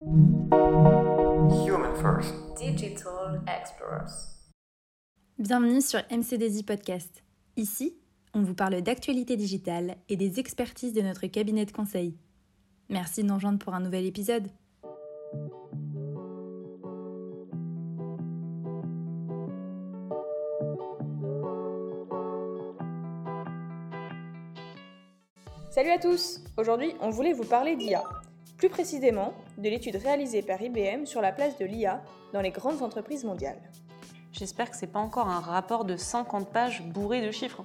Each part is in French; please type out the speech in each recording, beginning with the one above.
Human First. Digital Explorers. Bienvenue sur MCDZ Podcast. Ici, on vous parle d'actualité digitale et des expertises de notre cabinet de conseil. Merci de nous rejoindre pour un nouvel épisode. Salut à tous! Aujourd'hui, on voulait vous parler d'IA. Plus précisément, de l'étude réalisée par IBM sur la place de l'IA dans les grandes entreprises mondiales. J'espère que c'est pas encore un rapport de 50 pages bourré de chiffres.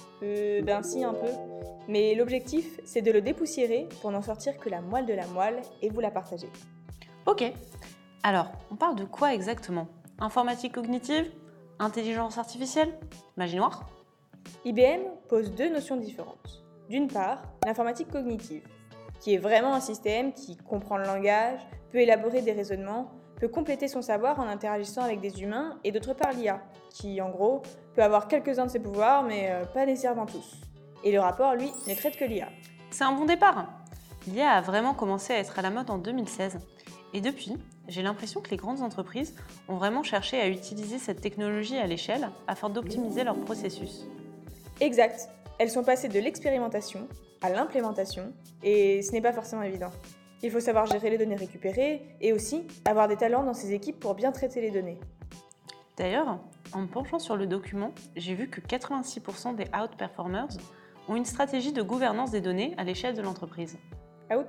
Ben si, un peu. Mais l'objectif, c'est de le dépoussiérer pour n'en sortir que la moelle de la moelle et vous la partager. Ok. Alors, on parle de quoi exactement? Informatique cognitive? Intelligence artificielle? Magie noire? IBM pose deux notions différentes. D'une part, l'informatique cognitive, qui est vraiment un système qui comprend le langage, peut élaborer des raisonnements, peut compléter son savoir en interagissant avec des humains, et d'autre part l'IA, qui en gros peut avoir quelques-uns de ses pouvoirs, mais pas nécessairement tous. Et le rapport, lui, ne traite que l'IA. C'est un bon départ. L'IA a vraiment commencé à être à la mode en 2016. Et depuis, j'ai l'impression que les grandes entreprises ont vraiment cherché à utiliser cette technologie à l'échelle afin d'optimiser leur processus. Exact. Elles sont passées de l'expérimentation à l'implémentation, et ce n'est pas forcément évident. Il faut savoir gérer les données récupérées et aussi avoir des talents dans ses équipes pour bien traiter les données. D'ailleurs, en me penchant sur le document, j'ai vu que 86% des outperformers ont une stratégie de gouvernance des données à l'échelle de l'entreprise. Outperformers ?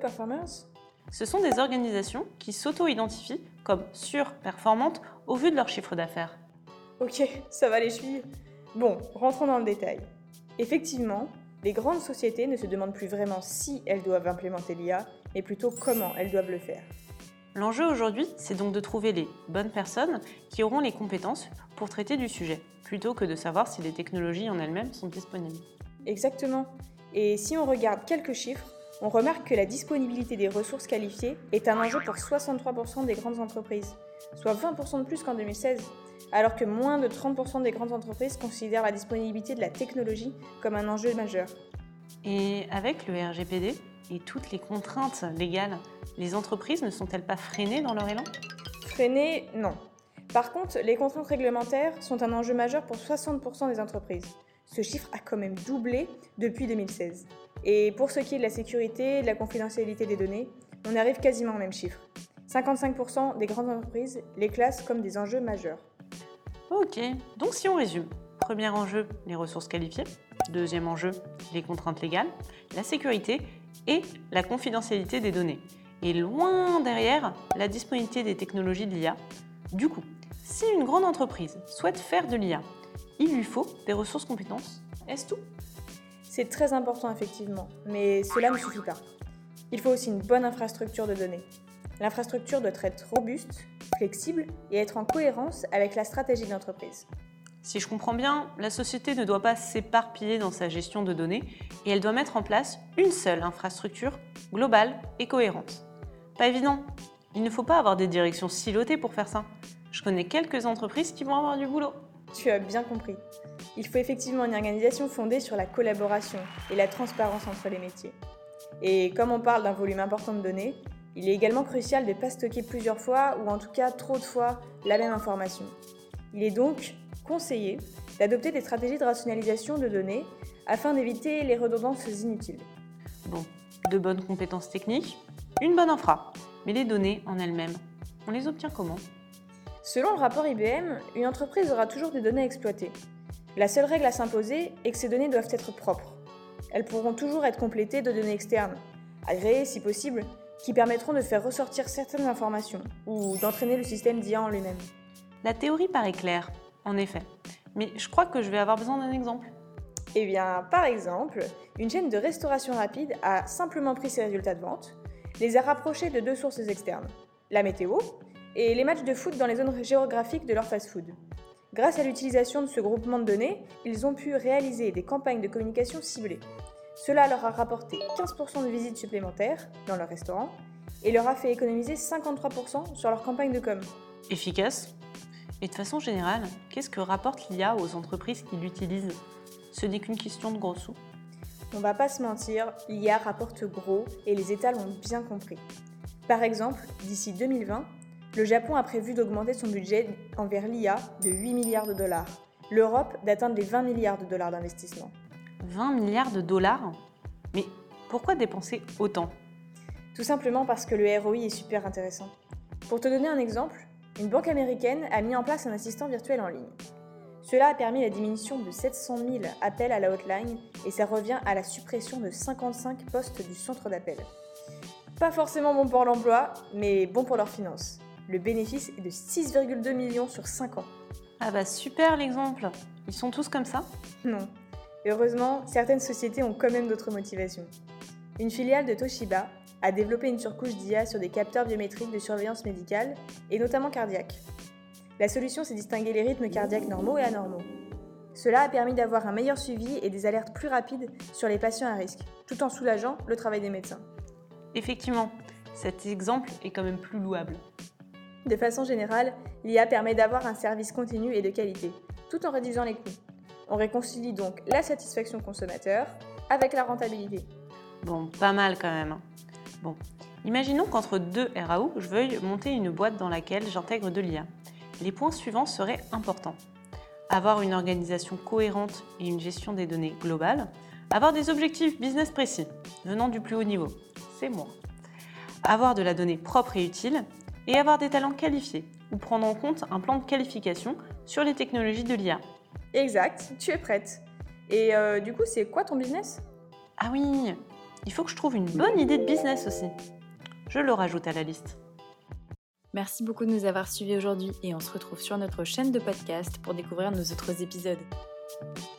Ce sont des organisations qui s'auto-identifient comme surperformantes au vu de leur chiffre d'affaires. Ok, ça va les chevilles. Bon, rentrons dans le détail. Effectivement, les grandes sociétés ne se demandent plus vraiment si elles doivent implémenter l'IA, mais plutôt comment elles doivent le faire. L'enjeu aujourd'hui, c'est donc de trouver les bonnes personnes qui auront les compétences pour traiter du sujet, plutôt que de savoir si les technologies en elles-mêmes sont disponibles. Exactement. Et si on regarde quelques chiffres, on remarque que la disponibilité des ressources qualifiées est un enjeu pour 63% des grandes entreprises, soit 20% de plus qu'en 2016, alors que moins de 30% des grandes entreprises considèrent la disponibilité de la technologie comme un enjeu majeur. Et avec le RGPD et toutes les contraintes légales, les entreprises ne sont-elles pas freinées dans leur élan? Freinées, non. Par contre, les contraintes réglementaires sont un enjeu majeur pour 60% des entreprises. Ce chiffre a quand même doublé depuis 2016. Et pour ce qui est de la sécurité et de la confidentialité des données, on arrive quasiment au même chiffre. 55% des grandes entreprises les classent comme des enjeux majeurs. Ok, donc si on résume, premier enjeu, les ressources qualifiées, deuxième enjeu, les contraintes légales, la sécurité et la confidentialité des données. Et loin derrière, la disponibilité des technologies de l'IA. Du coup, si une grande entreprise souhaite faire de l'IA, il lui faut des ressources compétences. Est-ce tout? C'est très important effectivement, mais cela ne suffit pas. Il faut aussi une bonne infrastructure de données. L'infrastructure doit être robuste, flexible et être en cohérence avec la stratégie de l'entreprise. Si je comprends bien, la société ne doit pas s'éparpiller dans sa gestion de données et elle doit mettre en place une seule infrastructure globale et cohérente. Pas évident. Il ne faut pas avoir des directions silotées pour faire ça. Je connais quelques entreprises qui vont avoir du boulot. Tu as bien compris. Il faut effectivement une organisation fondée sur la collaboration et la transparence entre les métiers. Et comme on parle d'un volume important de données, il est également crucial de ne pas stocker plusieurs fois, ou en tout cas trop de fois, la même information. Il est donc conseillé d'adopter des stratégies de rationalisation de données afin d'éviter les redondances inutiles. Bon, de bonnes compétences techniques, une bonne infra. Mais les données en elles-mêmes, on les obtient comment? Selon le rapport IBM, une entreprise aura toujours des données à exploiter. La seule règle à s'imposer est que ces données doivent être propres. Elles pourront toujours être complétées de données externes, agréées si possible, qui permettront de faire ressortir certaines informations ou d'entraîner le système d'IA en lui-même. La théorie paraît claire, en effet. Mais je crois que je vais avoir besoin d'un exemple. Eh bien, par exemple, une chaîne de restauration rapide a simplement pris ses résultats de vente, les a rapprochés de deux sources externes, la météo et les matchs de foot dans les zones géographiques de leur fast-food. Grâce à l'utilisation de ce groupement de données, ils ont pu réaliser des campagnes de communication ciblées. Cela leur a rapporté 15% de visites supplémentaires dans leur restaurant et leur a fait économiser 53% sur leur campagne de com. Efficace. Et de façon générale, qu'est-ce que rapporte l'IA aux entreprises qui l'utilisent? Ce n'est qu'une question de gros sous. On va pas se mentir, l'IA rapporte gros et les États l'ont bien compris. Par exemple, d'ici 2020, le Japon a prévu d'augmenter son budget envers l'IA de 8 milliards de dollars. L'Europe d'atteindre les 20 milliards de dollars d'investissement. 20 milliards de dollars ? Mais pourquoi dépenser autant ? Tout simplement parce que le ROI est super intéressant. Pour te donner un exemple, une banque américaine a mis en place un assistant virtuel en ligne. Cela a permis la diminution de 700 000 appels à la hotline et ça revient à la suppression de 55 postes du centre d'appel. Pas forcément bon pour l'emploi, mais bon pour leurs finances. Le bénéfice est de 6,2 millions sur 5 ans. Ah bah super l'exemple. Ils sont tous comme ça ? Non. Heureusement, certaines sociétés ont quand même d'autres motivations. Une filiale de Toshiba a développé une surcouche d'IA sur des capteurs biométriques de surveillance médicale, et notamment cardiaque. La solution, c'est distinguer les rythmes cardiaques normaux et anormaux. Cela a permis d'avoir un meilleur suivi et des alertes plus rapides sur les patients à risque, tout en soulageant le travail des médecins. Effectivement, cet exemple est quand même plus louable. De façon générale, l'IA permet d'avoir un service continu et de qualité, tout en réduisant les coûts. On réconcilie donc la satisfaction consommateur avec la rentabilité. Bon, pas mal quand même. Bon, imaginons qu'entre deux RAO, je veuille monter une boîte dans laquelle j'intègre de l'IA. Les points suivants seraient importants. Avoir une organisation cohérente et une gestion des données globale. Avoir des objectifs business précis, venant du plus haut niveau. C'est moi. Avoir de la donnée propre et utile. Et avoir des talents qualifiés, ou prendre en compte un plan de qualification sur les technologies de l'IA. Exact, tu es prête. Et du coup, c'est quoi ton business ? Ah oui, il faut que je trouve une bonne idée de business aussi. Je le rajoute à la liste. Merci beaucoup de nous avoir suivis aujourd'hui et on se retrouve sur notre chaîne de podcast pour découvrir nos autres épisodes.